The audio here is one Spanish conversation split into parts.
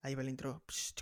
Ahí va el intro.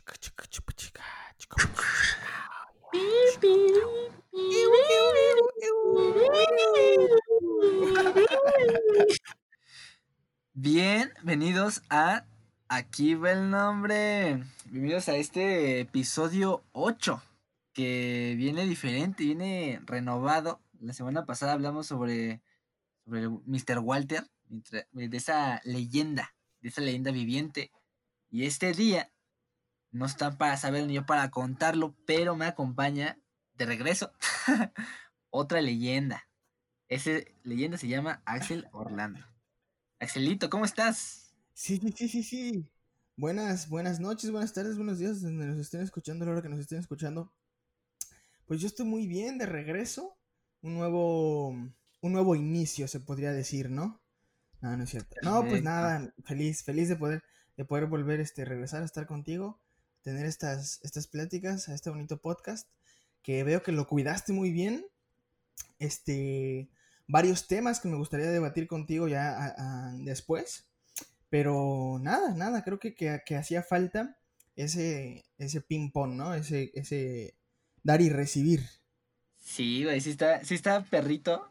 Bienvenidos a Aquí va el nombre. Bienvenidos a este episodio 8, que viene diferente, viene renovado. La semana pasada hablamos sobre el Mr. Walter, de esa leyenda viviente. Y este día no está para saber ni yo para contarlo, pero me acompaña de regreso otra leyenda. Esa leyenda se llama Axel Orlando. Axelito, ¿cómo estás? Sí. Buenas noches, buenas tardes, buenos días, donde nos estén escuchando, a la hora que nos estén escuchando. Pues yo estoy muy bien, de regreso. Un nuevo inicio, se podría decir, ¿no? No es cierto. No, pues Perfecto. nada, feliz de poder volver, regresar a estar contigo, tener estas pláticas, a este bonito podcast, que veo que lo cuidaste muy bien. Varios temas que me gustaría debatir contigo ya después. Pero nada, creo que hacía falta ese ping-pong, ¿no? Ese dar y recibir. Sí, güey, sí está perrito,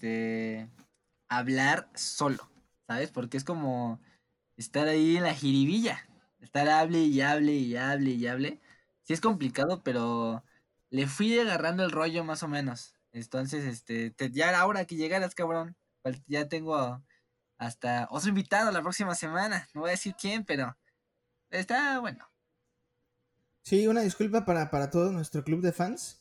hablar solo, ¿sabes? Porque es como estar ahí en la jiribilla, estar hable y hable y hable y hable. Sí es complicado, pero le fui agarrando el rollo más o menos. Entonces, ya era hora que llegaras, cabrón. Ya tengo hasta otro invitado la próxima semana. No voy a decir quién, pero está bueno. Sí, una disculpa para todo nuestro club de fans.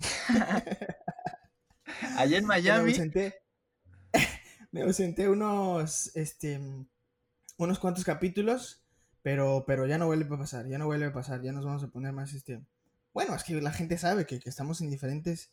Allá en Que me Miami. ausenté. Me ausenté unos cuantos capítulos. Pero ya no vuelve a pasar. Ya no vuelve a pasar. Ya nos vamos a poner más Bueno, es que la gente sabe que estamos en diferentes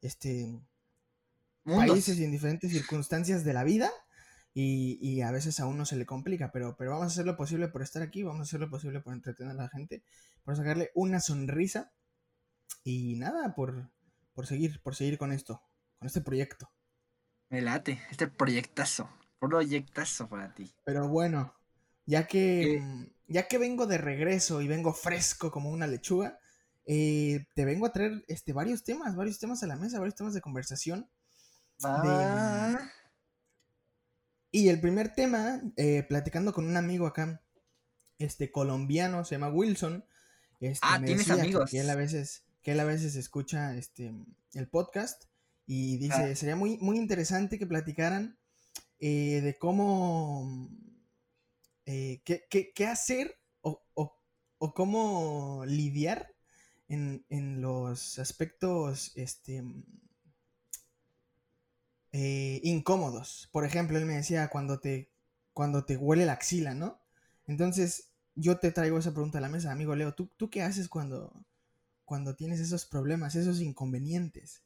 países Mundos. y en diferentes circunstancias de la vida. Y a veces a uno se le complica, pero vamos a hacer lo posible por estar aquí, vamos a hacer lo posible por entretener a la gente, por sacarle una sonrisa y nada, por seguir con esto, con este proyecto. Me late, este proyectazo para ti. Pero bueno, ya que, Eh, ya que vengo de regreso y vengo fresco como una lechuga, te vengo a traer varios temas a la mesa, varios temas de conversación. De, va. y el primer tema, platicando con un amigo acá, colombiano, se llama Wilson. Ah, Me tienes decía amigos. que él a veces escucha el podcast y Ah, dice, sería muy, muy interesante que platicaran de cómo, qué hacer o cómo lidiar en los aspectos incómodos. Por ejemplo, él me decía cuando te huele la axila, ¿no? Entonces, yo te traigo esa pregunta a la mesa, amigo Leo. ¿Tú qué haces cuando tienes esos problemas, esos inconvenientes?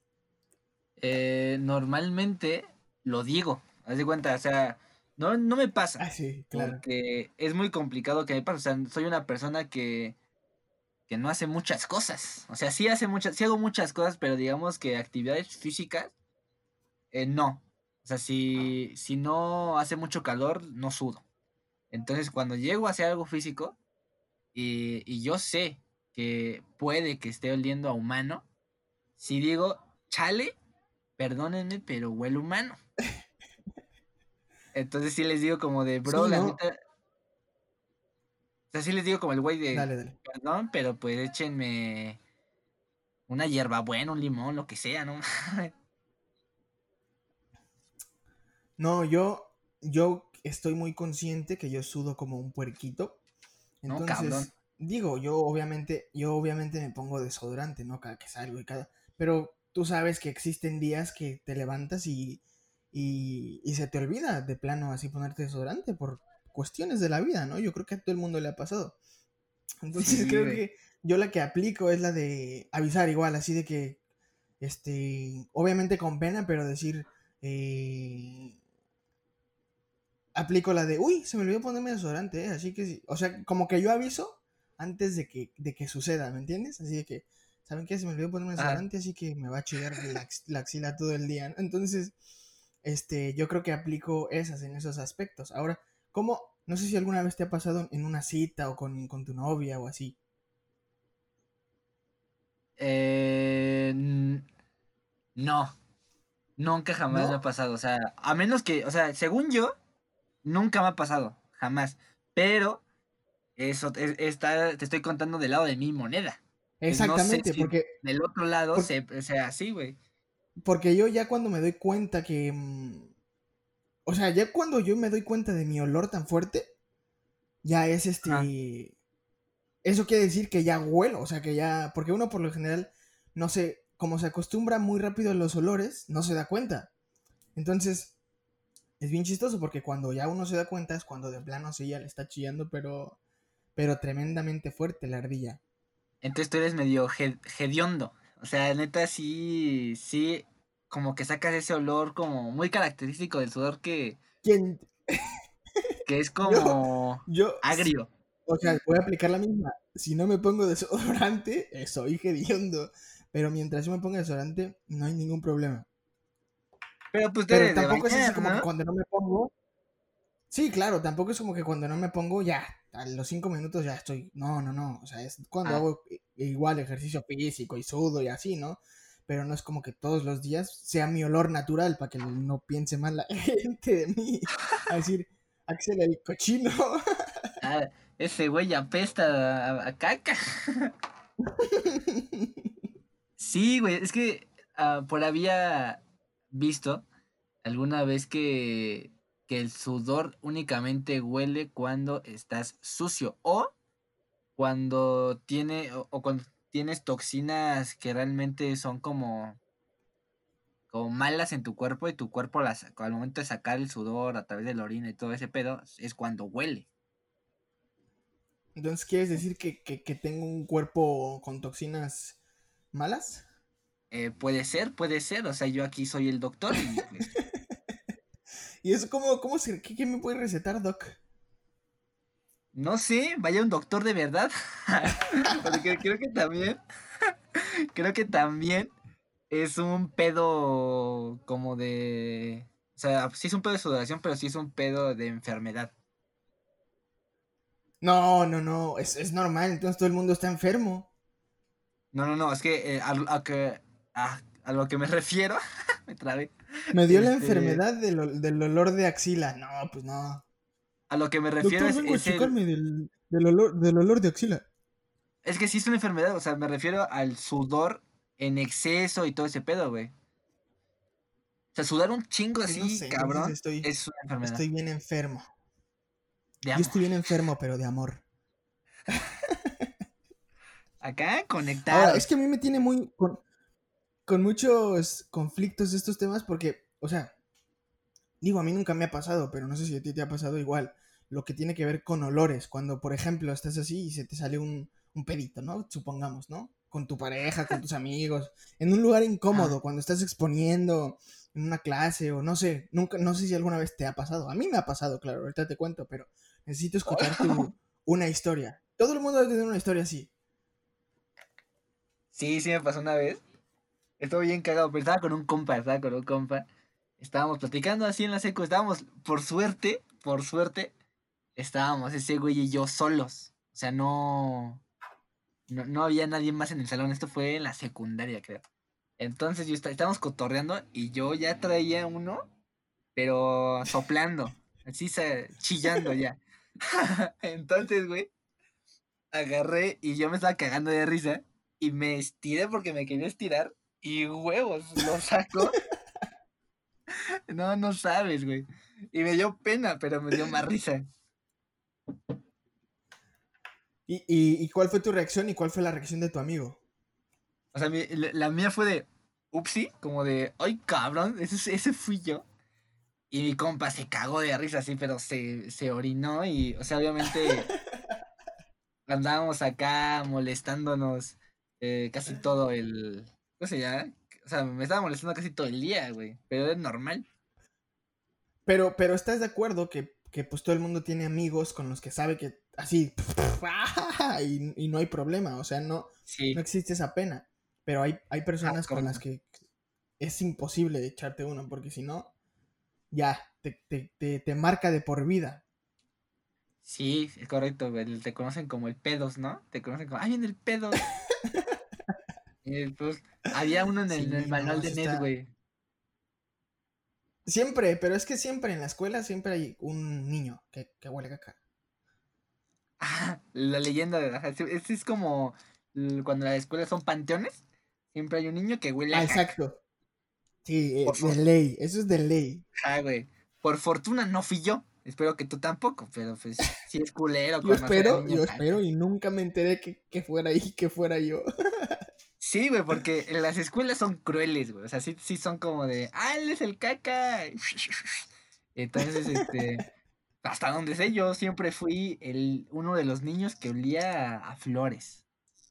normalmente lo digo, haz de cuenta, o sea, no me pasa, Ah, sí, claro. porque es muy complicado que me pase, o sea, soy una persona que no hace muchas cosas, o sea, sí hago muchas cosas, pero digamos que actividades físicas, no, o sea, si no hace mucho calor, no sudo, entonces cuando llego a hacer algo físico, y yo sé que puede que esté oliendo a humano, si digo, chale, perdónenme, pero huele humano. Entonces sí les digo como de, bro, Sí, la ¿no? neta, o sea, sí les digo como el güey de, Dale, dale. perdón, pero pues échenme una hierbabuena, un limón, lo que sea, ¿no? No, yo estoy muy consciente que yo sudo como un puerquito. No, cabrón. Entonces, digo, yo obviamente me pongo desodorante, ¿no? Cada que salgo Pero tú sabes que existen días que te levantas y se te olvida de plano así ponerte desodorante por cuestiones de la vida, ¿no? Yo creo que a todo el mundo le ha pasado. Entonces Sí, creo güey. que yo la que aplico es la de avisar igual, así de que, obviamente con pena, pero decir, aplico la de, uy, se me olvidó ponerme desodorante, ¿eh? Así que sí. O sea, como que yo aviso antes de que suceda, ¿me entiendes? Así de que, ¿saben qué? Se me olvidó ponerme Ajá. desodorante, así que me va a chillar la axila todo el día, ¿no? Entonces, yo creo que aplico esas en esos aspectos. Ahora, No sé si alguna vez te ha pasado en una cita o con tu novia o así. Eh, no, nunca jamás me ha ¿No? pasado. O sea, a menos que, o sea, según yo, nunca me ha pasado, jamás. Pero eso te estoy contando del lado de mi moneda. No sé Exactamente, si porque, del otro lado porque, sea así, güey. porque yo ya cuando me doy cuenta que... o sea, ya cuando yo me doy cuenta de mi olor tan fuerte, ya es Ajá. Eso quiere decir que ya huelo, o sea, que ya... Porque uno por lo general, no sé, como se acostumbra muy rápido a los olores, no se da cuenta. Entonces, es bien chistoso porque cuando ya uno se da cuenta es cuando de plano sí ya le está chillando, pero tremendamente fuerte la ardilla. Entonces tú eres medio hediondo. O sea, neta, sí, sí, como que sacas ese olor como muy característico del sudor ¿Quién? que es Yo, como yo, agrio. o sea, voy a aplicar la misma. Si no me pongo desodorante, soy hediondo. Pero mientras yo me ponga desodorante, no hay ningún problema. Pero pues Pero debes de tampoco es así bañar, como que ¿no? cuando no me pongo. Sí, claro, tampoco es como que cuando no me pongo ya, a los 5 minutos ya estoy. No, no, no. O sea, es cuando Ah, hago igual ejercicio físico y sudo y así, ¿no? Pero no es como que todos los días sea mi olor natural para que no piense mal la gente de mí. A decir, Axel el cochino. ah, ese güey apesta a caca. Sí, güey, es que por había visto alguna vez que el sudor únicamente huele cuando estás sucio o cuando tienes toxinas que realmente son como malas en tu cuerpo y tu cuerpo al momento de sacar el sudor a través de la orina y todo ese pedo es cuando huele. Entonces, ¿quieres decir que tengo un cuerpo con toxinas malas? Puede ser, o sea, yo aquí soy el doctor y pues ¿Y eso cómo qué me puede recetar, Doc? no sé, vaya un doctor de verdad. Porque creo que también es un pedo como de, o sea, sí es un pedo de sudoración, pero sí es un pedo de enfermedad. No, no, no, es normal, entonces todo el mundo está enfermo. No, no, no, es que a lo que me refiero, me trabé, Me dio la este, enfermedad del olor de axila. No, pues no. a lo que me refiero Doctor, vengo a es el, checarme del olor de axila. es que sí es una enfermedad, o sea, me refiero al sudor en exceso y todo ese pedo, güey. O sea, sudar un chingo Pues no así, sé, entonces cabrón, es una enfermedad estoy bien enfermo. de Yo estoy amor. bien enfermo, pero de amor. Acá Ahora, es que conectados. a mí me tiene con muchos conflictos estos temas porque, o sea, digo, a mí nunca me ha pasado, pero no sé si a ti te ha pasado igual. Lo que tiene que ver con olores. Cuando, por ejemplo, estás así y se te sale un pedito, ¿no? Supongamos, ¿no? Con tu pareja, con tus amigos, en un lugar Ajá. incómodo, cuando estás exponiendo en una clase o no sé, nunca, no sé si alguna vez te ha pasado. A mí me ha pasado, claro, ahorita te cuento, pero necesito escuchar una historia. Todo el mundo debe tener una historia así. Sí, sí me pasó una vez. Estuvo bien cagado, pero estaba con un compa. Estábamos platicando así en la seco, estábamos, por suerte, estábamos ese güey y yo solos. O sea, no había nadie más en el salón. Esto fue en la secundaria, creo. Entonces estábamos cotorreando y yo ya traía uno, pero soplando, así chillando ya. Entonces, güey, agarré y yo me estaba cagando de risa y me estiré porque me quería estirar y huevos, lo saco. No, no sabes, güey. Y me dio pena, pero me dio más risa. ¿Y cuál fue tu reacción y cuál fue la reacción de tu amigo? O sea, la mía fue de upsi, como de, ay, cabrón, ese fui yo. Y mi compa se cagó de risa, así, pero se orinó y, o sea, obviamente andábamos acá molestándonos casi todo el... ¿Cómo se llama? O sea, me estaba molestando casi todo el día, güey. Pero es normal. Pero ¿estás de acuerdo que pues todo el mundo tiene amigos con los que sabe que así y no hay problema? O sea, no Sí, existe esa pena. Pero hay ajá, personas con las correcto. que es imposible echarte uno, porque si no, ya, te marca de por vida. Sí, es correcto, güey. Te conocen como el pedos, ¿no? Te conocen como, ¡ay, viene el pedos! Pues, había uno en el Sí, manual no, de eso Ned, está. güey. Siempre, pero es que siempre en la escuela siempre hay un niño que huele caca. Ah, la leyenda de ajá, es como cuando las escuelas son panteones, siempre hay un niño que huele Ah, a caca. exacto. Sí, Por de fortuna, ley, eso es de ley. güey. Por fortuna no fui yo. Espero que tú tampoco, pero pues sí es culero Yo conocer al espero, niño yo espero caca. y nunca me enteré que fuera ahí, que fuera yo. Sí, güey, porque en las escuelas son crueles, güey. O sea, sí, sí son como de, él es el caca. Entonces, hasta donde sé, yo siempre fui uno de los niños que olía a flores.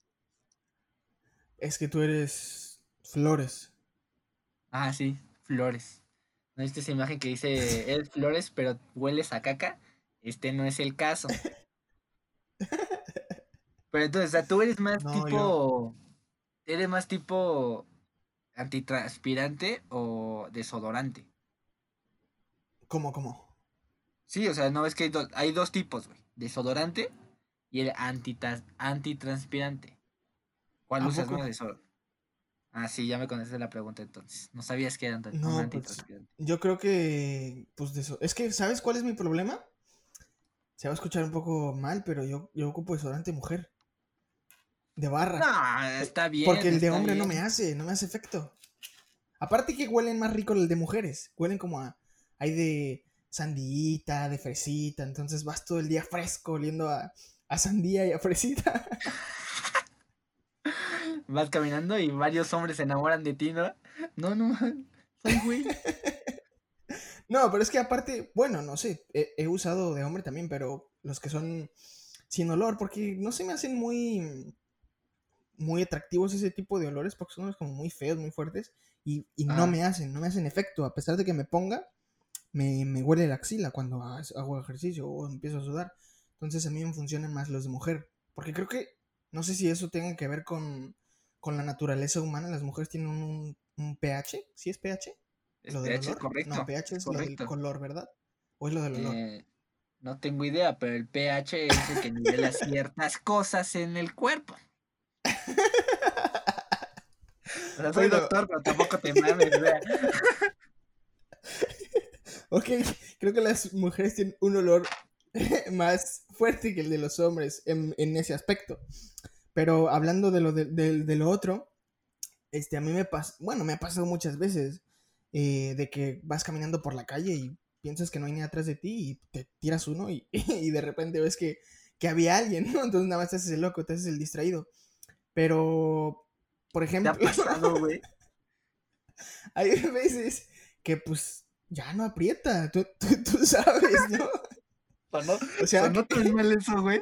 Es que tú eres Flores. Ah, sí, flores. ¿No viste esa imagen que dice, eres flores, pero hueles a caca? Este no es el caso. Pero entonces, o sea, tú No, yo. eres más tipo antitranspirante o desodorante. ¿Cómo? Sí, o sea, no ves que hay dos tipos, güey. Desodorante y el antitranspirante. ¿Cuál ¿A usas poco? más? Ah, sí, ya me contesté la pregunta entonces. No sabías que era un No, pues antitranspirante. yo creo que, pues de eso. Es que, ¿sabes cuál es mi problema? Se va a escuchar un poco mal, pero yo ocupo desodorante mujer, de No, barra. está Porque bien, el de está hombre bien. no me hace efecto. Aparte que huelen más rico el de mujeres. Huelen como hay de sandillita, de fresita. Entonces vas todo el día fresco oliendo a sandía y a fresita. Vas caminando y varios hombres se enamoran de ti, ¿no? No, no, soy güey. No, pero es que aparte, bueno, no sé, he usado de hombre también, pero los que son sin olor, porque no se me hacen muy atractivos ese tipo de olores, porque son como muy feos, muy fuertes, y Ajá. no me hacen efecto, a pesar de que me ponga, me huele la axila cuando hago ejercicio o empiezo a sudar. Entonces a mí me funcionan más los de mujer, porque creo que, no sé si eso tenga que ver con la naturaleza humana, las mujeres tienen un pH, ¿sí es pH? Es ¿Lo del pH, es olor? No, correcto, pH es es lo del correcto. color, ¿verdad? ¿O es lo del olor? Eh, no tengo idea, pero el pH es el que nivela ciertas cosas en el cuerpo. O sea, soy Bueno, doctor, pero tampoco te mames, o sea. ok, creo que las mujeres tienen un olor más fuerte que el de los hombres en ese aspecto. Pero hablando de lo otro, a mí me ha pasado muchas veces de que vas caminando por la calle y piensas que no hay ni atrás de ti y te tiras uno y de repente ves que había alguien, ¿no? Entonces nada más te haces el loco, te haces el distraído. Pero, por ¿Te ha ejemplo, pasado, güey? hay veces que pues ya no aprieta, tú sabes, ¿no? Sonó, O sea, sonó tan mal eso, güey.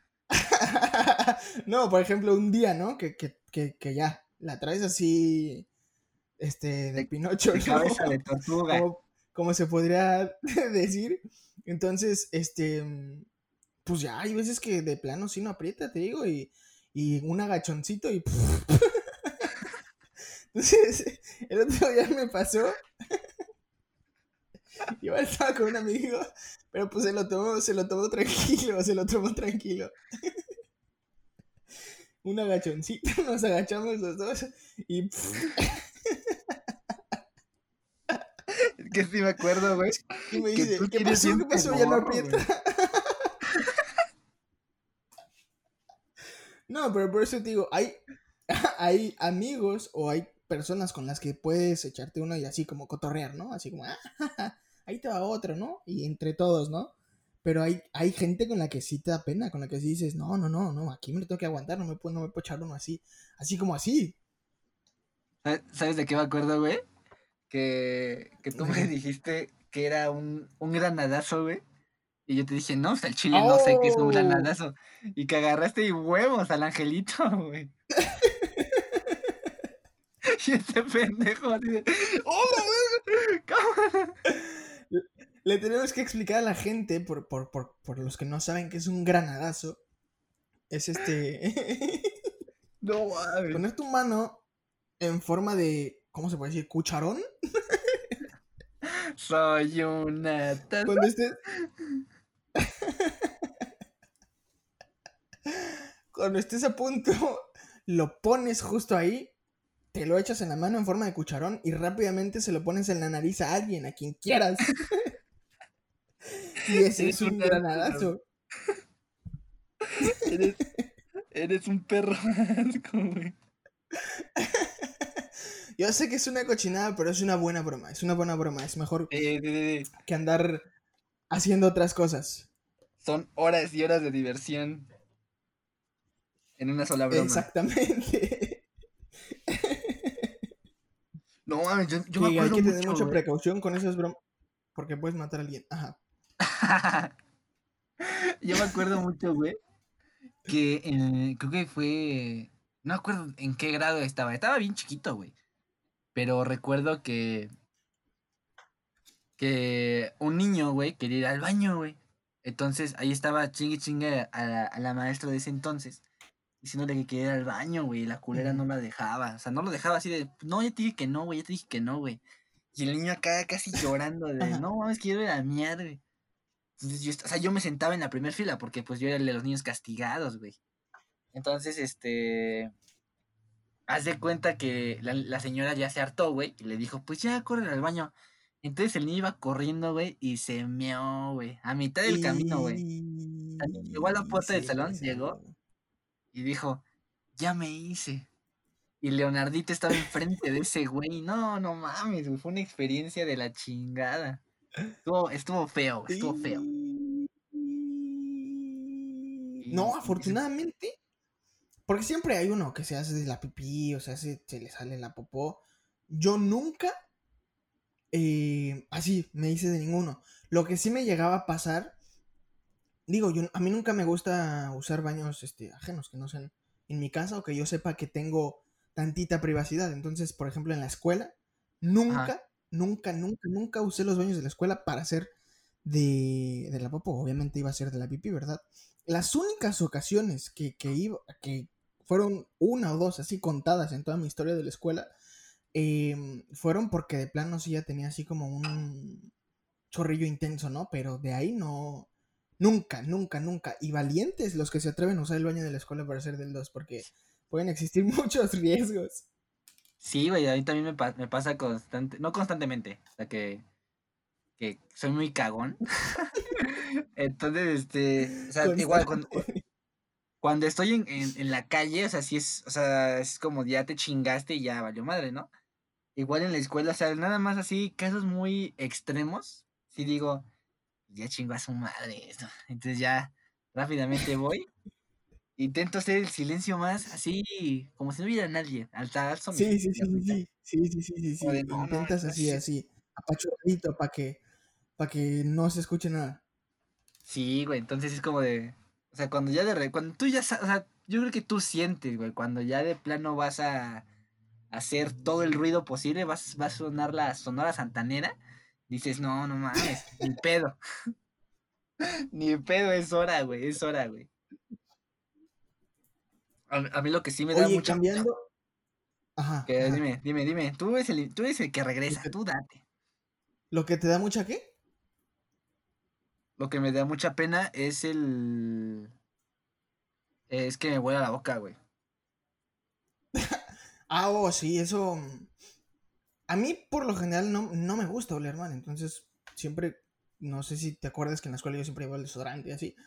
no, por ejemplo, un día, ¿no? Que ya, la traes así, de De, Pinocho, de ¿no? cabeza de tortuga. como, como se podría decir. Entonces, pues ya hay veces que de plano sí no aprieta, te digo, y un agachoncito y... Entonces, el otro día me pasó, igual estaba con un amigo, pero pues se lo tomó tranquilo, se lo tomó tranquilo. Un agachoncito, nos agachamos los dos y... Es que sí me acuerdo, güey, Y me que tú dice, ¿qué tienes pasó? bien ¿Qué pasó? Ya no pedorro, aprieta. güey. No, pero por eso te digo, hay amigos o hay personas con las que puedes echarte uno y así como cotorrear, ¿no? Así como, ahí te va otro, ¿no? Y entre todos, ¿no? Pero hay gente con la que sí te da pena, con la que sí dices, no, aquí me lo tengo que aguantar, no me puedo echar uno así como así. ¿Sabes de qué me acuerdo, güey? Que tú ¿De me qué? dijiste que era un granadazo, güey. Y yo te dije, no, o sea, el chile no sé qué es un ¡Oh! granadazo. Y que agarraste y huevos al angelito, güey. Y este pendejo así de, ¡hola, güey! ¿Cómo? Le tenemos que explicar a la gente, por los que no saben que es un granadazo, es No mames. poner tu mano en forma de, ¿cómo se puede decir? Cucharón. Soy una taza. Cuando estés, Cuando estés a punto, lo pones justo ahí, te lo echas en la mano en forma de cucharón y rápidamente se lo pones en la nariz a alguien, a quien quieras. Y ese Eres es un un asco, güey. granadazo. Eres, eres un perro asco, güey. Yo sé que es una cochinada, pero es una buena broma. Es una buena broma. Es mejor Sí. que andar haciendo otras cosas. Son horas y horas de diversión en una sola broma. Exactamente. No mames, yo me Que hay acuerdo que tener mucho, mucha güey. precaución con esas bromas. Porque puedes matar a alguien. Ajá. Yo me acuerdo mucho, güey, que creo que fue, no me acuerdo en qué grado estaba. Estaba bien chiquito, güey. Pero recuerdo que un niño, güey, quería ir al baño, güey. Entonces ahí estaba chingue chingue a la maestra de ese entonces, diciéndole que quería ir al baño, güey, y la culera Ujú. no la dejaba. O sea, no lo dejaba así de, no, ya te dije que no, güey, ya te dije que no, güey. Y el niño acá casi llorando de, Ajá. no mames, quiero ir a miar, güey. Entonces yo, o sea, yo me sentaba en la primera fila porque pues yo era el de los niños castigados, güey. Entonces, haz de cuenta que la señora ya se hartó, güey, y le dijo, pues ya, corre al baño. Entonces el niño iba corriendo, güey, y se meó, güey, a mitad del camino, güey. También llegó a la Y puerta del sí, salón, esa llegó broma. y dijo, ya me hice. Y Leonardito estaba enfrente de ese güey. No, no mames, güey, fue una experiencia de la chingada. Estuvo feo, güey, estuvo feo. No, Y eso, afortunadamente, porque siempre hay uno que se hace de la pipí, o sea, se le sale la popó. Yo nunca, así, me hice de ninguno. Lo que sí me llegaba a pasar, digo, a mí nunca me gusta usar baños ajenos, que no sean en mi casa o que yo sepa que tengo tantita privacidad. Entonces, por ejemplo, en la escuela, ajá. nunca usé los baños de la escuela para hacer de la popó. Obviamente iba a ser de la pipí, ¿verdad? Las únicas ocasiones que fueron una o dos así contadas en toda mi historia de la escuela, fueron porque de plano sí ya tenía así como un chorrillo intenso, ¿no? Pero de ahí no, nunca. Y valientes los que se atreven a usar el baño de la escuela para hacer del 2 porque pueden existir muchos riesgos. Sí, güey, a mí también me pasa no constantemente, o sea que soy muy cagón. Entonces, o sea, igual Constante. cuando estoy en la calle, o sea, sí es, o sea, es como ya te chingaste y ya valió madre, ¿no? Igual en la escuela, o sea, nada más así, casos muy extremos, sí digo, ya chingó a su madre esto. Entonces ya rápidamente voy, intento hacer el silencio más así, como si no hubiera nadie, alzo Sí, sí, mi sí, sí, agüita, sí. Sí, sí, sí, sí, como de, sí. no, no, Intentas así, gracias. así, apachurradito para que no se escuche nada. Sí, güey, entonces es como de, o sea, cuando tú ya sabes, o sea, yo creo que tú sientes, güey, cuando ya de plano vas a hacer todo el ruido posible, va a sonar la Sonora Santanera, dices, no, no mames, ni pedo, ni pedo, es hora, güey, es hora, güey. A mí lo que sí me da Oye, mucha, cambiando. Ajá, que ajá. dime, tú eres el que Lo regresa, que, tú date. lo que te da mucha qué? Lo que me da mucha pena es que me vuela la boca, güey. Ah, oh, sí, eso. A mí, por lo general, no me gusta oler mal. Entonces, siempre. No sé si te acuerdas que en la escuela yo siempre llevaba el desodorante y así.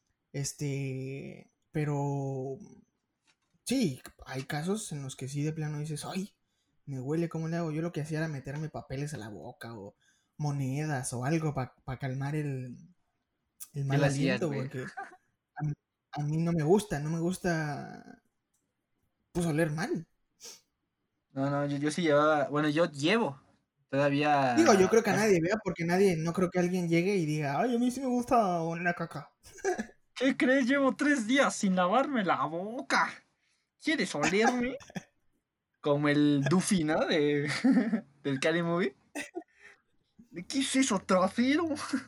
Pero. Sí, hay casos en los que sí de plano dices, ay, me huele, ¿cómo le hago? Yo lo que hacía era meterme papeles a la boca o monedas o algo para calmar el ¿Qué mal lo hacías, aliento, güey? porque a, mí a mí no me gusta, pues, oler mal. No, no, yo sí llevaba, bueno, yo llevo Digo, yo todavía. creo que a nadie, vea, porque no creo que alguien llegue y diga, ay, a mí sí me gusta una caca. ¿Qué crees? Llevo 3 días sin lavarme la boca. ¿Quieres olerme? Como el Duffy, ¿no? Del Cali Movie. ¿De qué es eso, trasero?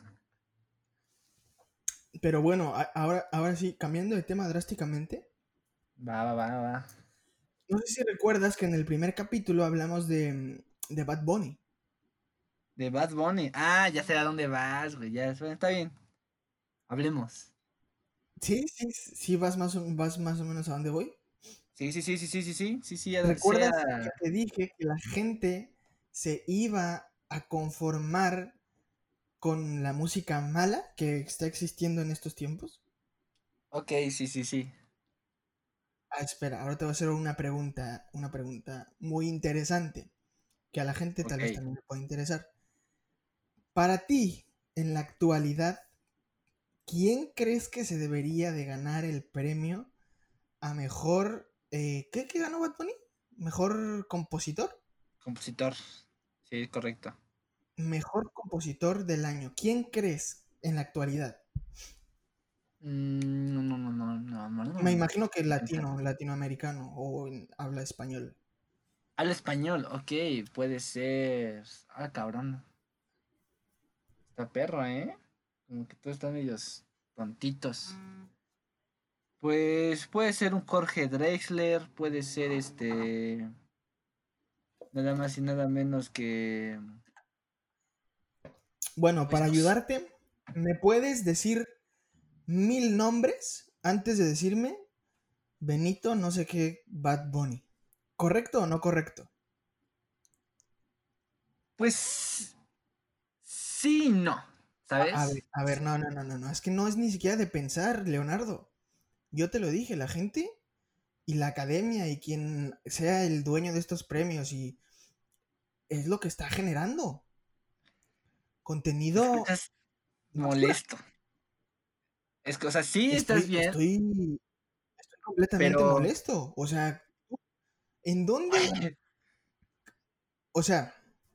Pero bueno, ahora sí, cambiando de tema drásticamente, Va, va, va, va. no sé si recuerdas que en el primer capítulo hablamos de Bad Bunny. De Bad Bunny. Ah, ya sé a dónde vas, güey. Ya, bueno, está bien. Hablemos. Sí, vas más o menos a dónde voy. Sí, sí, sí, sí, sí, sí, sí, sí, sí, ya ¿Recuerdas que sea. te dije que la gente se iba a conformar con la música mala que está existiendo en estos tiempos? Ok, sí, sí, sí. Ah, espera, ahora te voy a hacer una pregunta muy interesante, que a la gente tal vez Ok. también le puede interesar. Para ti, en la actualidad, ¿quién crees que se debería de ganar el premio a mejor... ¿qué ganó Bad Bunny? ¿Mejor compositor? Compositor. Sí, correcto. Mejor compositor del año. ¿Quién crees en la actualidad? No, no, no, no, no, no, no, Me no. imagino que Estoy pensando. latinoamericano o en habla español. Al español, ok, puede ser. Ah, cabrón. Está perro, ¿eh? Como que todos están medios tontitos. Pues puede ser un Jorge Drexler, puede ser nada más y nada menos que. Bueno, Pues para no sé. ayudarte, ¿me puedes decir 1000 nombres antes de decirme Benito, no sé qué, Bad Bunny? ¿Correcto o no correcto? Pues sí, y no, ¿sabes? A ver, no. Es que no es ni siquiera de pensar, Leonardo. Yo te lo dije, la gente y la academia y quien sea el dueño de estos premios y es lo que está generando Te contenido escuchas basura. molesto. Es que, o sea, sí estás bien, Estoy completamente pero. molesto. O sea, ¿en dónde? O sea,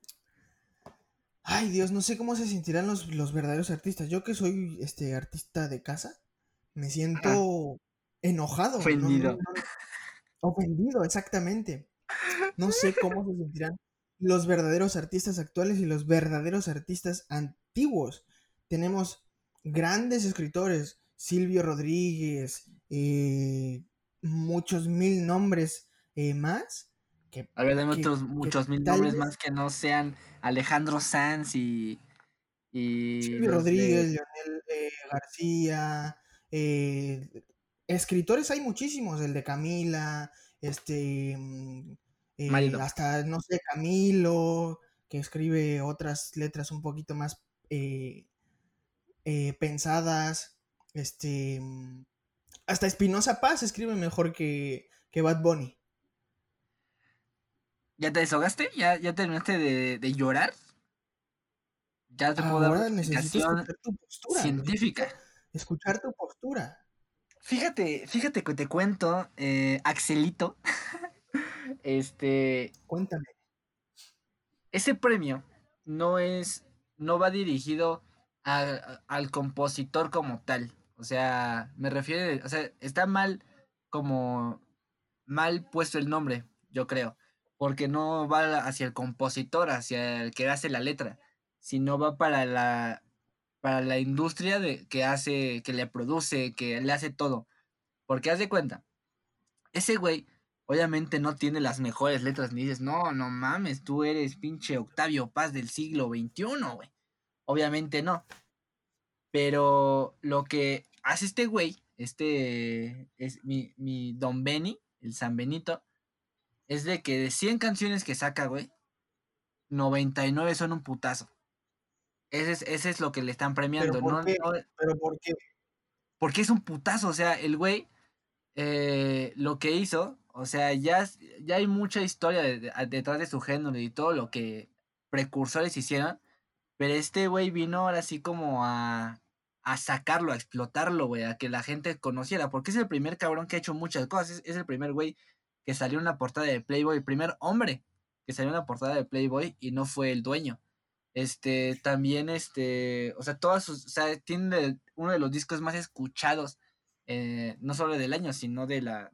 ay Dios, no sé cómo se sentirán los verdaderos artistas. Yo que soy este artista de casa, me Ajá, siento enojado, ofendido. ofendido, exactamente. No sé cómo se sentirán los verdaderos artistas actuales y los verdaderos artistas antiguos. Tenemos grandes escritores, Silvio Rodríguez, muchos mil nombres más, que, A ver, dame otros que muchos mil tal nombres vez más que no sean Alejandro Sanz y Silvio los Rodríguez, de Leonel García, eh, escritores hay muchísimos, el de Camila, Marido. hasta, no sé, Camilo, que escribe otras letras un poquito más pensadas, hasta Espinosa Paz escribe mejor que Bad Bunny. ¿Ya te desahogaste? ¿Ya terminaste de llorar? Ya te puedo dar una Ahora necesito explicación escuchar tu postura, necesito científica. escuchar tu postura. Fíjate que te cuento, Axelito, este, Cuéntame. ese premio no es, no va dirigido al compositor como tal. O sea, me refiero, o sea, está mal como mal puesto el nombre, yo creo, porque no va hacia el compositor, hacia el que hace la letra, sino va para la industria que hace, que le produce, que le hace todo. Porque haz de cuenta, ese güey obviamente no tiene las mejores letras, ni dices, no, no mames, tú eres pinche Octavio Paz del siglo XXI, güey. Obviamente no. Pero lo que hace este güey, es mi Don Benny, el San Benito, es de que de 100 canciones que saca, güey, 99 son un putazo. Ese es lo que le están ¿Pero premiando, por no, qué? no, ¿Pero por qué? porque es un putazo, o sea, el güey lo que hizo, o sea, ya hay mucha historia detrás de su género y todo lo que precursores hicieron, pero este güey vino ahora sí como a sacarlo, a explotarlo, güey, a que la gente conociera, porque es el primer cabrón que ha hecho muchas cosas, es el primer güey que salió en una portada de Playboy, el primer hombre que salió en una portada de Playboy y no fue el dueño. También, o sea, o sea, tiene uno de los discos más escuchados, no solo del año, sino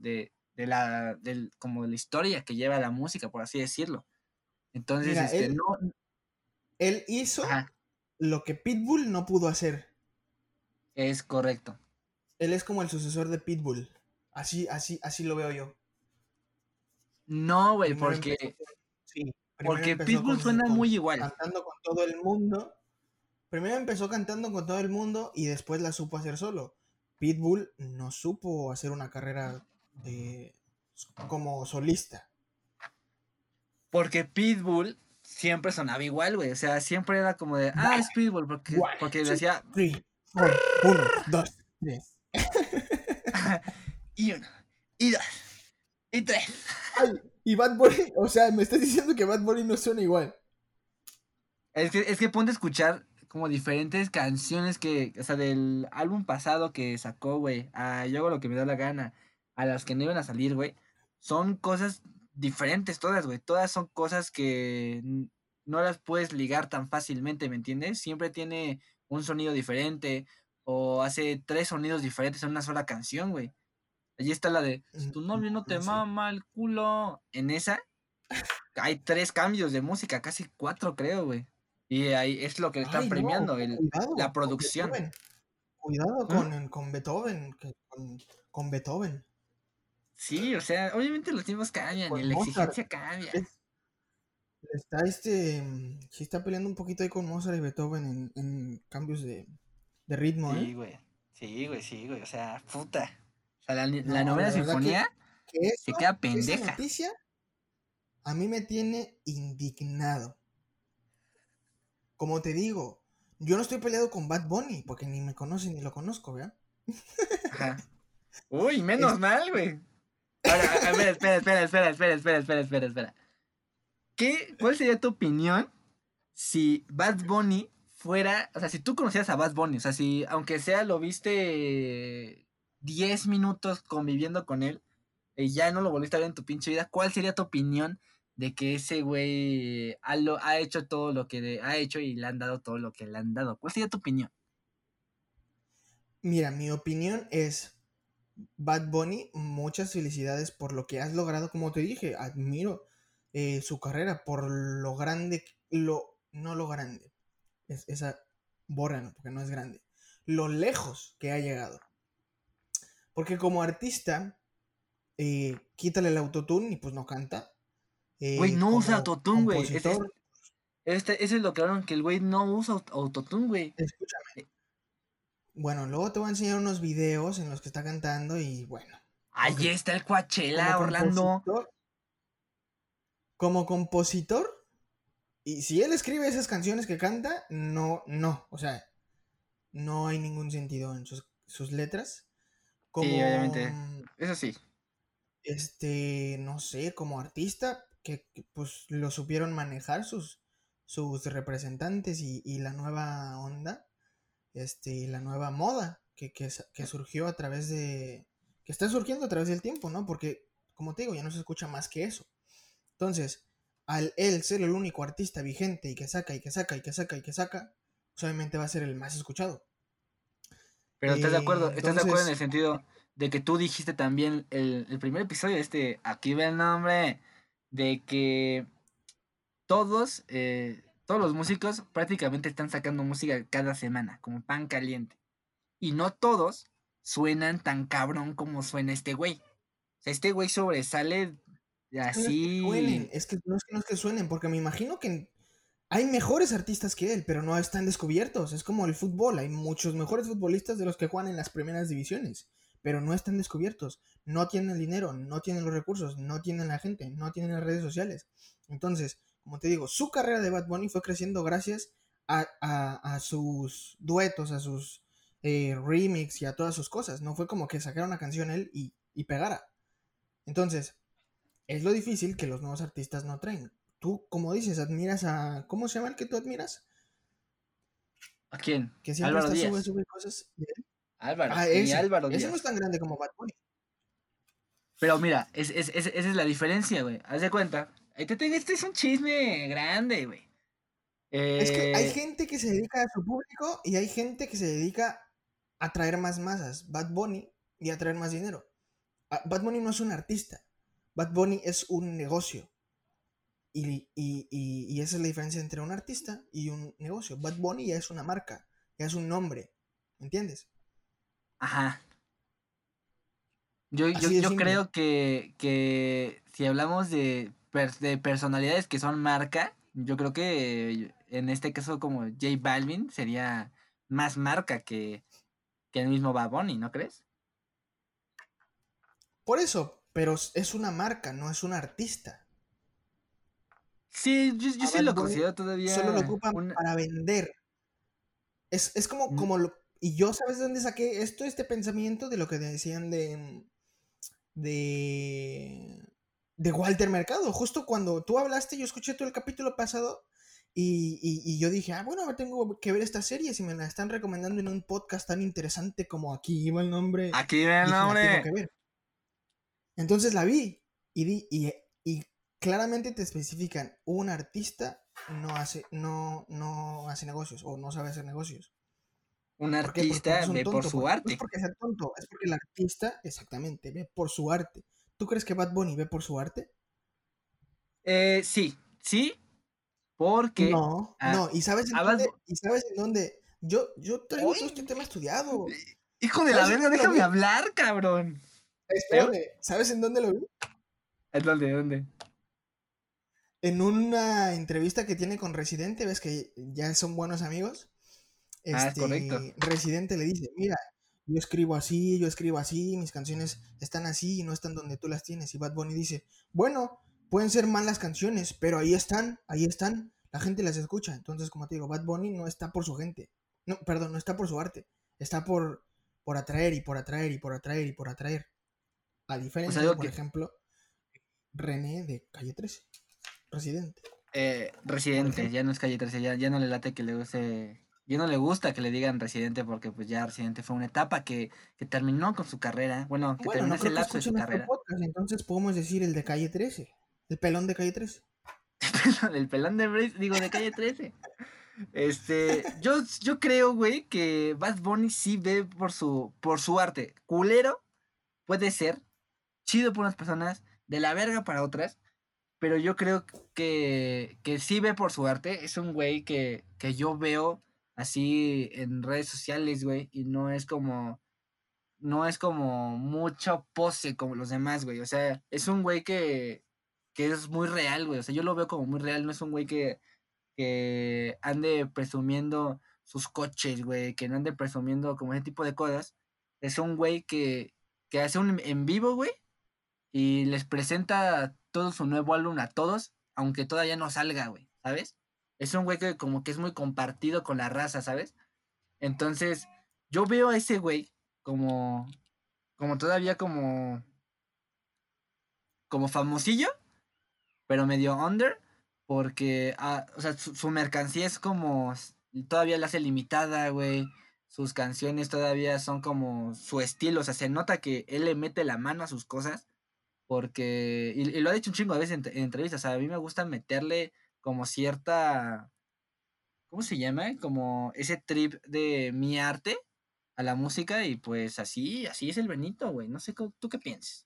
como de la historia que lleva la música, por así decirlo. Entonces, Mira, no, él hizo ajá, lo que Pitbull no pudo hacer. es correcto. Él es como el sucesor de Pitbull. Así lo veo yo. No, güey, Primero empezó con, sí, primero porque empezó Pitbull suena muy igual. cantando con todo el mundo. Primero empezó cantando con todo el mundo y después la supo hacer solo. Pitbull no supo hacer una carrera como solista. Porque Pitbull siempre sonaba igual, güey. O sea, siempre era como de, Vale, es Pitbull, porque, one, porque two, decía, three, four, uno, dos, tres. y uno, y dos, y tres. Ay, y Bad Bunny, o sea, me estás diciendo que Bad Bunny no suena igual. Es que ponte a escuchar como diferentes canciones que, o sea, del álbum pasado que sacó, güey, a Yo hago lo que me da la gana, a las que no iban a salir, güey, son cosas diferentes todas, güey, todas son cosas que no las puedes ligar tan fácilmente, ¿me entiendes? Siempre tiene un sonido diferente o hace 3 sonidos diferentes en una sola canción, güey. Allí está la de, si tu novio no te No sé. mama el culo, en esa hay 3 cambios de música, casi 4 creo, güey. Y ahí es lo que le están Ay, no, premiando, cuidado la con producción. Beethoven. Cuidado ¿Mm? con Beethoven. Con Beethoven. Sí, o sea, obviamente los tiempos cambian y Con la Mozart. exigencia cambia. Está sí está peleando un poquito ahí con Mozart y Beethoven en cambios de ritmo, ¿eh? Sí, güey. Sí, güey, sí, güey. O sea, puta. O sea, la No, novena la verdad sinfonía que se queda esa pendeja. noticia a mí me tiene indignado. Como te digo, yo no estoy peleado con Bad Bunny, porque ni me conoce ni lo conozco, ¿verdad? Ajá. Uy, menos Es, mal, güey. Ahora, a ver, espera. ¿Cuál sería tu opinión si Bad Bunny fuera, o sea, si tú conocieras a Bad Bunny, o sea, si aunque sea lo viste 10 minutos conviviendo con él y ya no lo volviste a ver en tu pinche vida, ¿cuál sería tu opinión de que ese güey ha hecho todo lo que ha hecho y le han dado todo lo que le han dado? ¿Cuál sería tu opinión? Mira, mi opinión es, Bad Bunny, muchas felicidades por lo que has logrado, como te dije, admiro su carrera por lo grande, no lo grande, esa, bórralo, porque no es grande, lo lejos que ha llegado. Porque como artista, quítale el autotune y pues no canta. Güey, no usa Como autotune, güey. compositor, Eso es lo que hablaron, que el güey no usa autotune, güey. escúchame. Eh, Bueno, luego te voy a enseñar unos videos en los que está cantando y bueno, ok. Allí está el Como Coachella, Orlando. compositor, como compositor, y si él escribe esas canciones que canta, no, o sea, no hay ningún sentido en sus letras. Sí, Como, obviamente. Eso sí. no sé, como artista, que, pues lo supieron manejar sus representantes y la nueva onda, la nueva moda que surgió a través que está surgiendo a través del tiempo, ¿no? Porque, como te digo, ya no se escucha más que eso. Entonces, al él ser el único artista vigente y que saca y que saca y que saca y que saca, pues obviamente va a ser el más escuchado. Pero estás de acuerdo en el Entonces, sentido de que tú dijiste también el primer episodio de aquí ve el nombre, de que todos los músicos prácticamente están sacando música cada semana, como pan caliente. Y no todos suenan tan cabrón como suena este güey. O sea, este güey sobresale es que no es que suenen, así. no es que suenen, porque me imagino que hay mejores artistas que él, pero no están descubiertos. Es como el fútbol, hay muchos mejores futbolistas de los que juegan en las primeras divisiones, pero no están descubiertos. No tienen el dinero, no tienen los recursos, no tienen la gente, no tienen las redes sociales. Entonces, como te digo, su carrera de Bad Bunny fue creciendo gracias a sus duetos, a sus remix y a todas sus cosas. No fue como que sacara una canción él y pegara. Entonces, es lo difícil que los nuevos artistas no traen. Tú, como dices, admiras a... ¿Cómo se llama el que tú admiras? ¿A quién? Que siempre Álvaro está Díaz. sube cosas de él. Álvaro, Ah, mi ese. Álvaro Ese no es Díaz. tan grande como Bad Bunny. Pero mira, esa es la diferencia, güey. Haz de cuenta. Ahí te tengo, este es un chisme grande, güey. Es que hay Eh, gente que se dedica a su público y hay gente que se dedica a traer más masas. Bad Bunny y a traer más dinero. Bad Bunny no es un artista. Bad Bunny es un negocio. Y esa es la diferencia entre un artista y un negocio. Bad Bunny ya es una marca, ya es un nombre. ¿Me entiendes? ajá. Yo, yo, Así de yo simple. creo que si hablamos de personalidades que son marca, yo creo que en este caso como J Balvin sería más marca que el mismo Bad Bunny, ¿no crees? Por eso, pero es una marca, no es un artista. Sí, yo A sí Bad lo Bunny considero solo lo todavía ocupan para vender. Es como, un... y yo, ¿sabes de dónde saqué este pensamiento? De lo que decían de, de Walter Mercado. Justo cuando tú hablaste, yo escuché todo el capítulo pasado y yo dije, bueno, tengo que ver esta serie. Si me la están recomendando en un podcast tan interesante como Aquí iba el nombre, Aquí ve el dije, la tengo nombre. que ver. Entonces la vi y claramente te especifican, un artista no hace negocios o no sabe hacer negocios. Un ¿Por qué? Pues porque artista es un ve por tonto. su No es arte. porque sea tonto, es porque el artista, exactamente, ve por su arte. ¿Tú crees que Bad Bunny ve por su arte? Sí, sí, porque No, a, no. ¿Y sabes en a Bad dónde? Bu- ¿Y sabes en dónde? Yo traigo todo este ¡Ay! tema estudiado. Hijo de la ¿Sabes en verga, dónde lo déjame vi? hablar, cabrón. ¿Eh? Espérame, ¿sabes en dónde lo vi? ¿Es dónde? ¿Dónde? En una entrevista que tiene con Residente, ves que ya son buenos amigos. Ah, es correcto. Residente le dice, mira, yo escribo así, mis canciones están así y no están donde tú las tienes. Y Bad Bunny dice, bueno, pueden ser malas canciones, pero ahí están, la gente las escucha. Entonces, como te digo, Bad Bunny no está por su gente, no, perdón, no está por su arte, está por atraer y por atraer y por atraer y por atraer. A O sea, diferencia de, digo por que ejemplo, René de Calle 13, Residente, por Residente, ejemplo. ya no es Calle 13, ya no le late que le guste. Ya no le gusta que le digan Residente porque pues ya Residente fue una etapa que terminó con su carrera. Bueno, que Bueno, terminó no ese creo que lapso de escuche su nuestro carrera. podcast, entonces podemos decir el de Calle 13, el pelón de Calle 13. El pelón de digo, de Calle 13. Yo creo, güey, que Bad Bunny sí ve por su arte. Culero puede ser, chido por unas personas, de la verga para otras, pero yo creo que sí ve por su arte. Es un güey que yo veo así en redes sociales, güey, y no es como mucho pose como los demás, güey. O sea, es un güey que es muy real, güey. O sea, yo lo veo como muy real, no es un güey que ande presumiendo sus coches, güey, que no ande presumiendo como ese tipo de cosas. Es un güey que hace un en vivo, güey, y les presenta todo su nuevo álbum a todos, aunque todavía no salga, güey, ¿sabes? Es un güey que como que es muy compartido con la raza, ¿sabes? Entonces, yo veo a ese güey como, como todavía como famosillo, pero medio under, porque, o sea, su mercancía es como, todavía la hace limitada, güey. Sus canciones todavía son como su estilo, o sea, se nota que él le mete la mano a sus cosas, porque, y lo ha dicho un chingo de veces en entrevistas, o sea, a mí me gusta meterle como cierta, ¿cómo se llama? Como ese trip de mi arte a la música, y pues así es el Benito, güey. No sé, ¿tú qué piensas?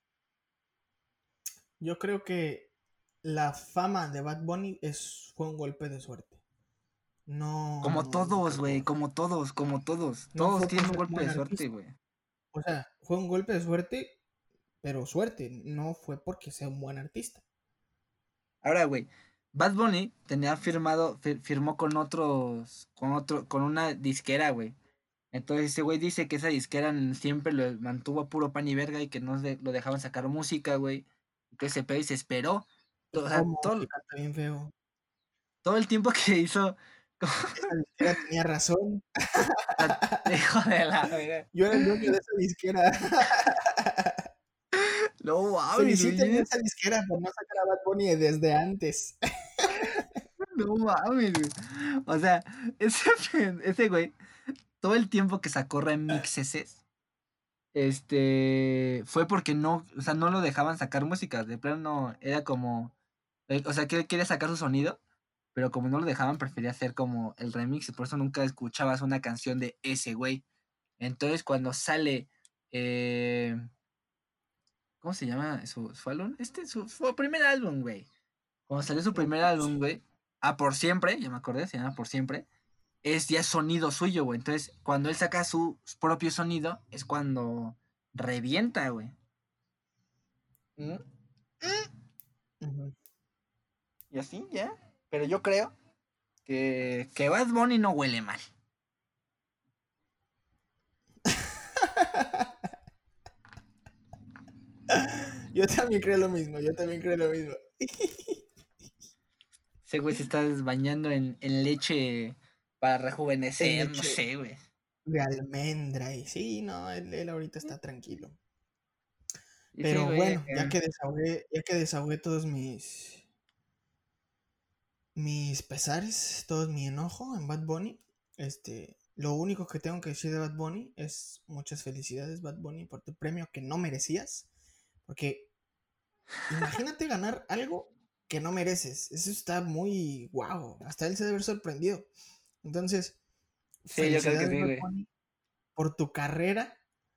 Yo creo que la fama de Bad Bunny fue un golpe de suerte. Como No todos, fue güey, como todos, como todos. no Todos fue por tienen un ser un golpe buen de suerte, artista. güey. O sea, fue un golpe de suerte, pero suerte, no fue porque sea un buen artista. Ahora, güey, Bad Bunny tenía firmó con una disquera, güey. Entonces ese güey dice que esa disquera siempre lo mantuvo a puro pan y verga y que no lo dejaban sacar música, güey. Entonces se pedo y se esperó. Pues O sea, cómo, si canta bien feo. todo el tiempo que hizo. Esa disquera tenía razón. Hijo de la verga. Yo era el dueño de esa disquera. No mames, Felicítenme a güey. esa disquera por no sacar a Bad Bunny desde antes. No mames, güey. O sea, ese güey, todo el tiempo que sacó remixes, fue porque no, o sea, no lo dejaban sacar música. De plano no, era como, o sea, que él quería sacar su sonido, pero como no lo dejaban, prefería hacer como el remix, y por eso nunca escuchabas una canción de ese güey. Entonces, cuando sale, eh, ¿cómo se llama su álbum? Su primer álbum, güey. Cuando salió su No, primer álbum, güey, Por Siempre, ya me acordé, se llama Por Siempre, es ya sonido suyo, güey. Entonces, cuando él saca su propio sonido, es cuando revienta, güey. ¿Mm? ujú. Y así, ya. Pero yo creo que Bad Bunny no huele mal. Yo también creo lo mismo, yo también creo lo mismo. Ese güey se está bañando en leche para En rejuvenecer, no leche sé, güey. de almendra y sí, no, él ahorita está tranquilo. Y sí, Pero güey. bueno, ya que desahogué todos mis pesares, todo mi enojo en Bad Bunny, lo único que tengo que decir de Bad Bunny es muchas felicidades, Bad Bunny, por tu premio que no merecías, porque imagínate ganar algo que no mereces, eso está muy guau, hasta él se debe haber sorprendido. Entonces, Sí, yo creo que felicidades sí, Bad güey. Bunny por tu carrera,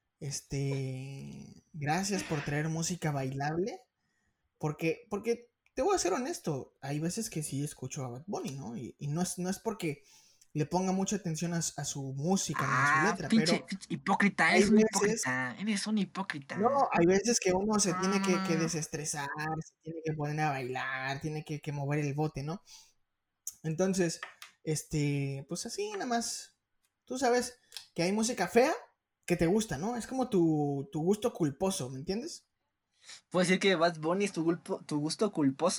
gracias por traer música bailable. Porque te voy a ser honesto, hay veces que sí escucho a Bad Bunny, ¿no? Y no es porque le ponga mucha atención a su música ni a su Ah, letra, pinche, pero pinche hipócrita, hay eres un veces, hipócrita, eres un no, hipócrita. hay veces que uno se No, tiene no, no, que no. desestresar, se tiene que poner a bailar, tiene que mover el bote, ¿no? Entonces, pues así nada más, tú sabes que hay música fea que te gusta, ¿no? Es como tu gusto culposo, ¿me entiendes? ¿Puedo decir que Bad Bunny es tu gusto culposo?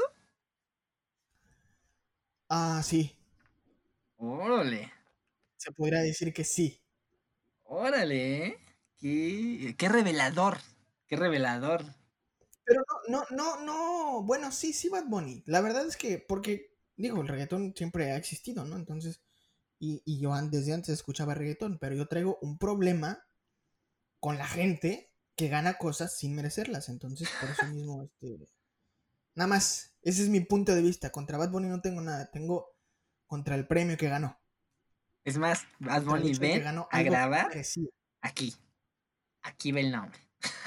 Ah, sí, Órale, se podría decir que sí. órale, ¿eh? Qué revelador, qué revelador. Pero no, bueno, sí, sí, Bad Bunny. La verdad es que, porque, digo, el reggaetón siempre ha existido, ¿no? Entonces, y yo desde antes escuchaba reggaetón, pero yo traigo un problema con la gente que gana cosas sin merecerlas. Entonces, por eso mismo, nada más, ese es mi punto de vista. Contra Bad Bunny no tengo nada, tengo contra el premio que ganó, Es más, Bad contra el Bunny, hecho de que ven ganó a algo que no grabar merecía. aquí, aquí ve el nombre.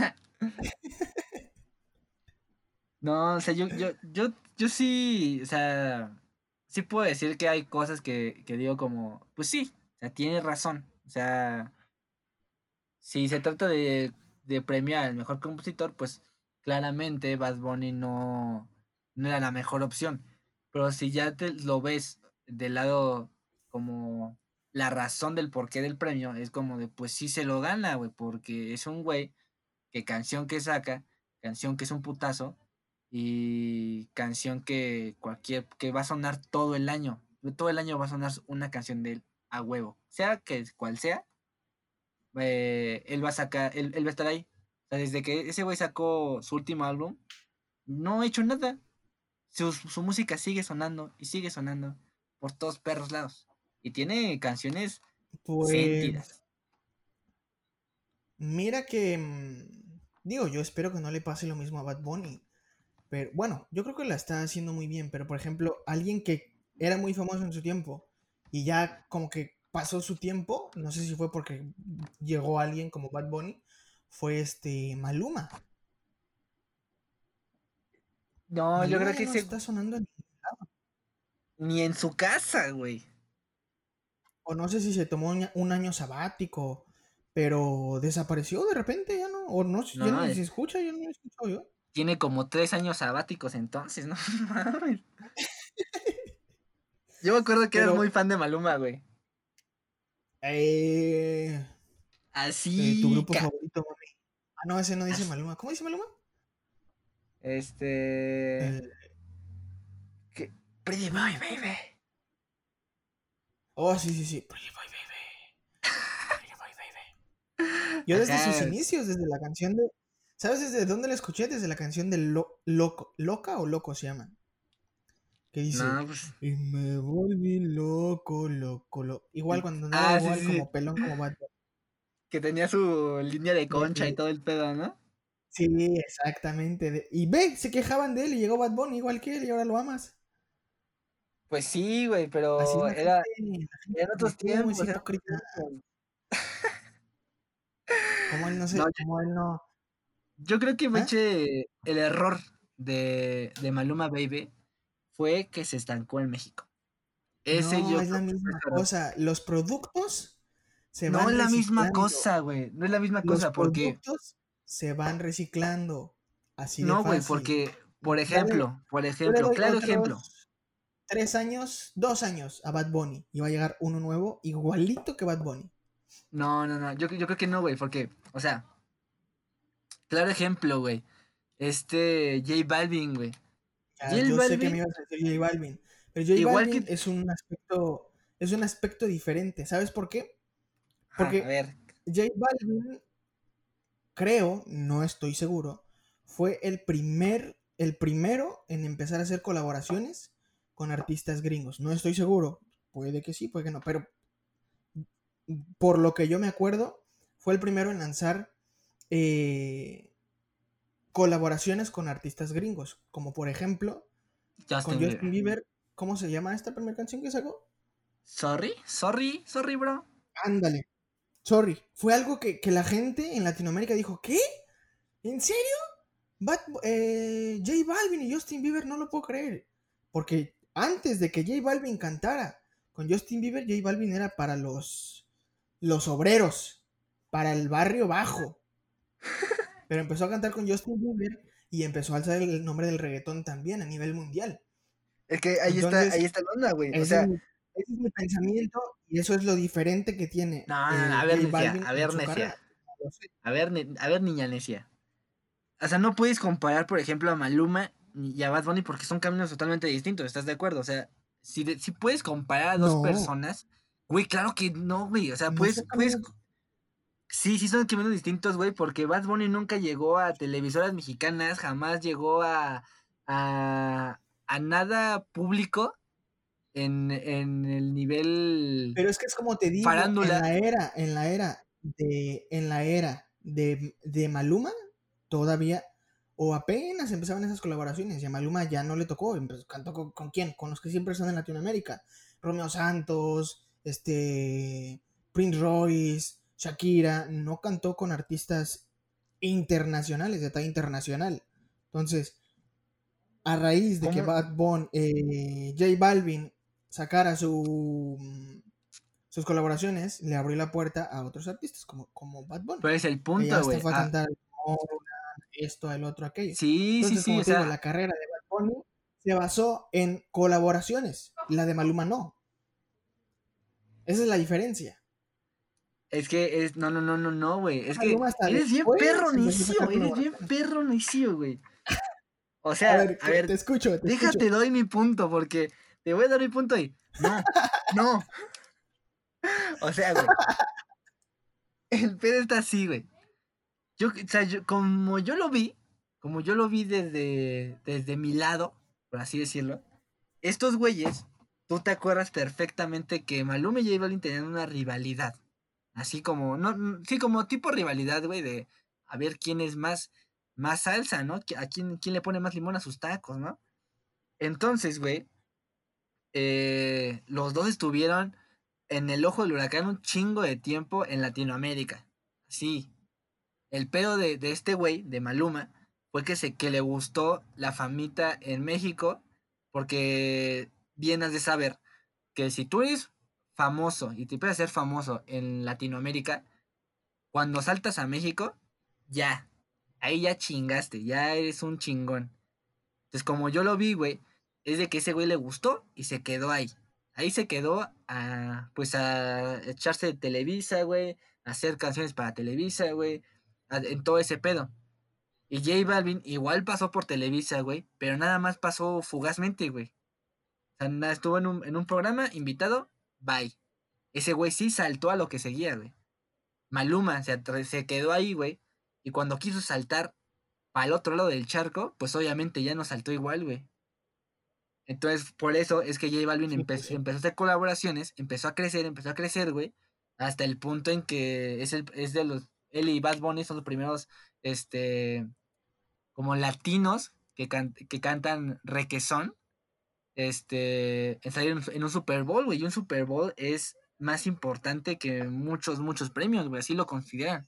No, o sea, yo sí, o sea, sí puedo decir que hay cosas que digo como, pues sí, o sea, tiene razón. O sea, si se trata de premiar al mejor compositor, pues claramente Bad Bunny no era la mejor opción. Pero si ya te lo ves del lado como la razón del porqué del premio, es como de, pues sí se lo gana, güey, porque es un güey que canción que saca, canción que es un putazo y canción que va a sonar todo el año. Todo el año va a sonar una canción de él a huevo, sea que cual sea, él va a sacar, él va a estar ahí. O sea, desde que ese güey sacó su último álbum, no ha hecho nada. Su música sigue sonando por todos perros lados. Y tiene canciones Pues, sentidas. mira que, digo, yo espero que no le pase lo mismo a Bad Bunny. Pero bueno, yo creo que la está haciendo muy bien, pero por ejemplo, alguien que era muy famoso en su tiempo y ya como que pasó su tiempo, no sé si fue porque llegó alguien como Bad Bunny, fue Maluma. No, yo Maluma creo ya que no está sonando ni en su casa, güey. o no sé si se tomó un año sabático, pero desapareció de repente, ya no, o no, ya No, ni se escucha, ya no lo escucho yo. tiene como 3 años sabáticos entonces, no mames. Yo me acuerdo que eras Pero, muy fan de Maluma, güey. eh, tu Así, grupo favorito, mami. Ah, no, ese no dice as- Maluma. ¿Cómo dice Maluma? este, El, que, Pretty no Boy, me baby. acuerdo. Oh, sí, sí, sí. Pretty Boy Baby. Pretty Boy Baby. Yo desde sus Ajá, inicios, desde la canción de. ¿Sabes desde dónde la escuché? Desde la canción de Loco. ¿Loca o Loco se llama? Que dice. no, pues, Y me volví loco, loco, loco. Igual cuando andaba sí, igual sí, como sí, pelón como Bad Bunny. que tenía su línea de concha y De- todo el pedo, ¿no? sí, exactamente. Y ve, se quejaban de él y llegó Bad Bunny igual que él y ahora lo amas. Pues sí, güey, Así es pero la gente eran como otros tú, es tiempos, eran otros hipócrita. tiempos. Como él no No, sé, como él no. yo creo que ¿Ah? Meche, el error de Maluma Baby fue que se estancó en México. Ese No, yo es creo la que fue misma su error. cosa. Los productos se No van es la misma reciclando. cosa, güey. No es la misma Los cosa porque, productos se van reciclando. Así de no, güey, fácil. porque, Dale, por yo le ejemplo, doy claro ejemplo. otros 3 años, 2 años a Bad Bunny. Y va a llegar uno nuevo, igualito que Bad Bunny. No, yo creo que no, güey, porque, o sea, claro ejemplo, güey. J Balvin, güey. Ya, J yo sé que me Balvin, ibas a decir J Balvin, pero J igual Balvin que... es un aspecto diferente. ¿Sabes por qué? Ajá, a Porque ver, J Balvin, creo, no estoy seguro, fue el primero en empezar a hacer colaboraciones con artistas gringos. No estoy seguro, puede que sí, puede que no, pero por lo que yo me acuerdo, fue el primero en lanzar eh, colaboraciones con artistas gringos, como por ejemplo con Justin Justin Bieber. Bieber. ¿Cómo se llama esta primera canción que sacó? Sorry, bro. Ándale, sorry. Fue algo que la gente en Latinoamérica dijo, ¿qué? ¿En serio? J Balvin y Justin Bieber, no lo puedo creer. Porque antes de que J Balvin cantara con Justin Bieber, J Balvin era para los obreros, para el barrio bajo. Pero empezó a cantar con Justin Bieber y empezó a alzar el nombre del reggaetón también a nivel mundial. Es que ahí Entonces, está la onda, güey. O ese es sea, mi, ese es mi pensamiento y eso es lo diferente que tiene no, a ver, J necia, Balvin a en ver, su necia. carrera. Lo sé. A ver, niña necia. O sea, no puedes comparar, por ejemplo, a Maluma y a Bad Bunny porque son caminos totalmente distintos, ¿estás de acuerdo? O sea, si puedes comparar a dos No, personas, güey, claro que no, güey. O sea, no son caminos. sí son caminos distintos, güey, porque Bad Bunny nunca llegó a televisoras mexicanas, jamás llegó a nada público en el nivel Pero es que es como te digo, farándula. en la era de Maluma, todavía, o apenas empezaban esas colaboraciones, y a Maluma ya no le tocó, cantó con quién, con los que siempre están en Latinoamérica, Romeo Santos, Prince Royce, Shakira, no cantó con artistas internacionales, de talla internacional. Entonces, a raíz de que ¿Cómo? J Balvin sacara sus colaboraciones, le abrió la puerta a otros artistas como Bad Bunny, Pues es el que ya punto, hasta güey. fue a Ah, cantar esto, el otro, aquello. Entonces, sí, como o te digo, sea, la carrera de Bad Bunny se basó en colaboraciones, la de Maluma no. Esa es la diferencia. es que es, no, güey. Es que Maluma hasta después empezó a sacar eres bien colaboraciones. perro necio, güey. O A sea, ver, a ver, te escucho, te escucho. déjate doy mi punto, porque te voy a dar mi punto y no. O sea, güey, el pedo está así, güey. O sea, como yo lo vi desde mi lado, por así decirlo, estos güeyes, tú te acuerdas perfectamente que Maluma y J Balvin tenían una rivalidad. Así como, no, sí, como tipo rivalidad, güey, de a ver quién es más salsa, ¿no? A quién le pone más limón a sus tacos, ¿no? Entonces, güey, los dos estuvieron en el ojo del huracán un chingo de tiempo en Latinoamérica. Sí, el pedo de este güey, de Maluma, fue que le gustó la famita en México, porque bien has de saber que si tú eres famoso y te puedes ser famoso en Latinoamérica, cuando saltas a México, ya, ahí ya chingaste, ya eres un chingón. Entonces, como yo lo vi, güey, es de que ese güey le gustó y se quedó ahí. Ahí se quedó pues a echarse de Televisa, güey, a hacer canciones para Televisa, güey, en todo ese pedo. Y J Balvin igual pasó por Televisa, güey, pero nada más pasó fugazmente, güey. O sea, estuvo en un programa, invitado, bye. Ese güey sí saltó a lo que seguía, güey. Maluma se quedó ahí, güey, y cuando quiso saltar para el otro lado del charco, pues obviamente ya no saltó igual, güey. Entonces, por eso es que J Balvin Sí, pues sí. empezó a hacer colaboraciones, empezó a crecer, güey, hasta el punto en que es de los, él y Bad Bunny son los primeros, este, como latinos que cantan requesón, en salir en un Super Bowl, güey, y un Super Bowl es más importante que muchos premios, güey, así lo consideran.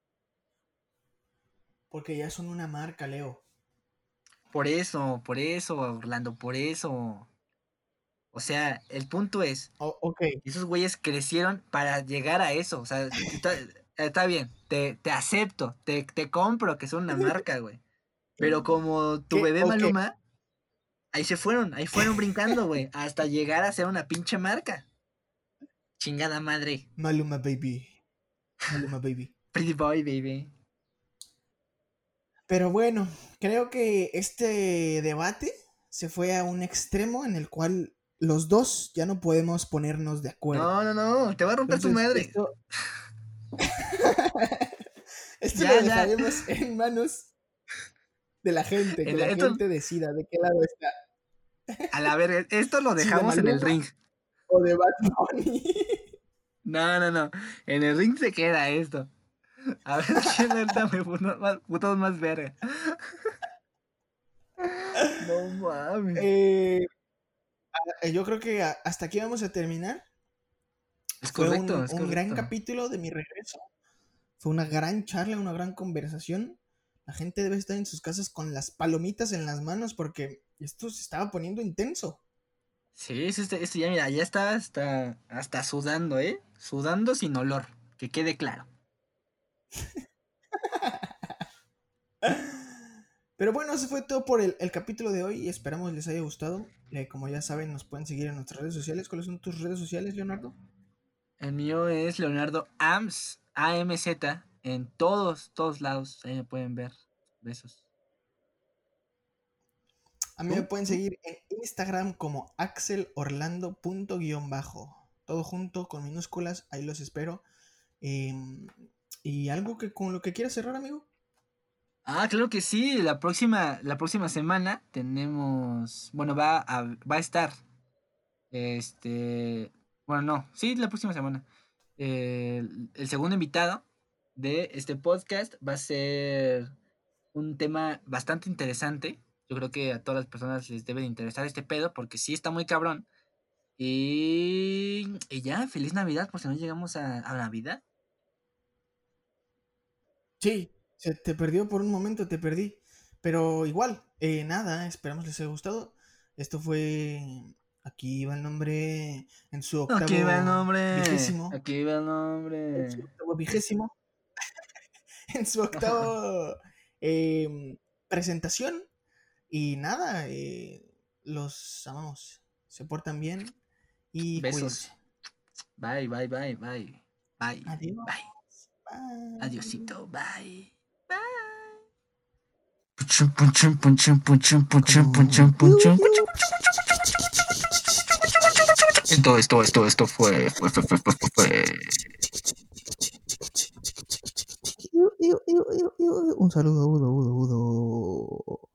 Porque ya son una marca, Leo. Por eso, Orlando, por eso. O sea, el punto es, Ok, esos güeyes crecieron para llegar a eso. O sea, está bien, te acepto, te compro que son una marca, güey. Pero como tu ¿qué? bebé Ok. Maluma, ahí fueron brincando, güey, hasta llegar a ser una pinche marca. Chingada madre. Maluma Baby. Maluma Baby. Pretty boy, baby. Pero bueno, creo que este debate se fue a un extremo en el cual los dos ya no podemos ponernos de acuerdo. No, te va a romper tu Entonces, madre. esto lo Ya, ya. dejaremos en manos de la gente, que la Esto, gente decida de qué lado está. a la verga, esto lo Si de dejamos en el Maluma ring. o de Bad Bunny. No. En el ring se queda esto. A ver quién ahorita me puto más verga. No mames. Eh, yo creo que hasta aquí vamos a terminar. Es Fue correcto, es un gran correcto. capítulo de mi regreso. Fue una gran charla, una gran conversación. La gente debe estar en sus casas con las palomitas en las manos porque esto se estaba poniendo intenso. Sí, esto ya, mira, ya está hasta sudando, ¿eh? Sudando sin olor, que quede claro. Pero bueno, eso fue todo por el capítulo de hoy. Esperamos les haya gustado. Como ya saben, nos pueden seguir en nuestras redes sociales. ¿Cuáles son tus redes sociales, Leonardo? El mío es Leonardo AMZ, AMZ, en todos lados. Ahí me pueden ver. Besos. A mí me ¿Tú? pueden ¿Tú? seguir en Instagram como axelorlando._ todo junto con minúsculas. Ahí los espero. ¿Y algo que con lo que quieras cerrar, amigo? Ah, claro que sí. La próxima semana tenemos. Bueno, va a estar. Este. Bueno, no. Sí, la próxima semana. El segundo invitado de este podcast va a ser un tema bastante interesante. Yo creo que a todas las personas les debe de interesar este pedo porque sí está muy cabrón. Y ya, feliz Navidad, por si no llegamos a Navidad. Sí, se te perdió por un momento, te perdí. Pero igual, nada, esperamos les haya gustado. Esto fue. Aquí va el nombre en su Aquí va el octavo nombre. vigésimo. Aquí va el En su nombre. octavo vigésimo. En su octavo presentación. Y nada, los amamos. Se portan bien y cuídense. Besos. Bye, bye, bye, bye. Bye, Adiós. bye. Bye. Adiosito, bye. Bye. Punchum, punchum, punchum, punchum, punchum, punchum, Como. punchum, punchum. Esto fue. Un saludo, Udo, Udo, Udo.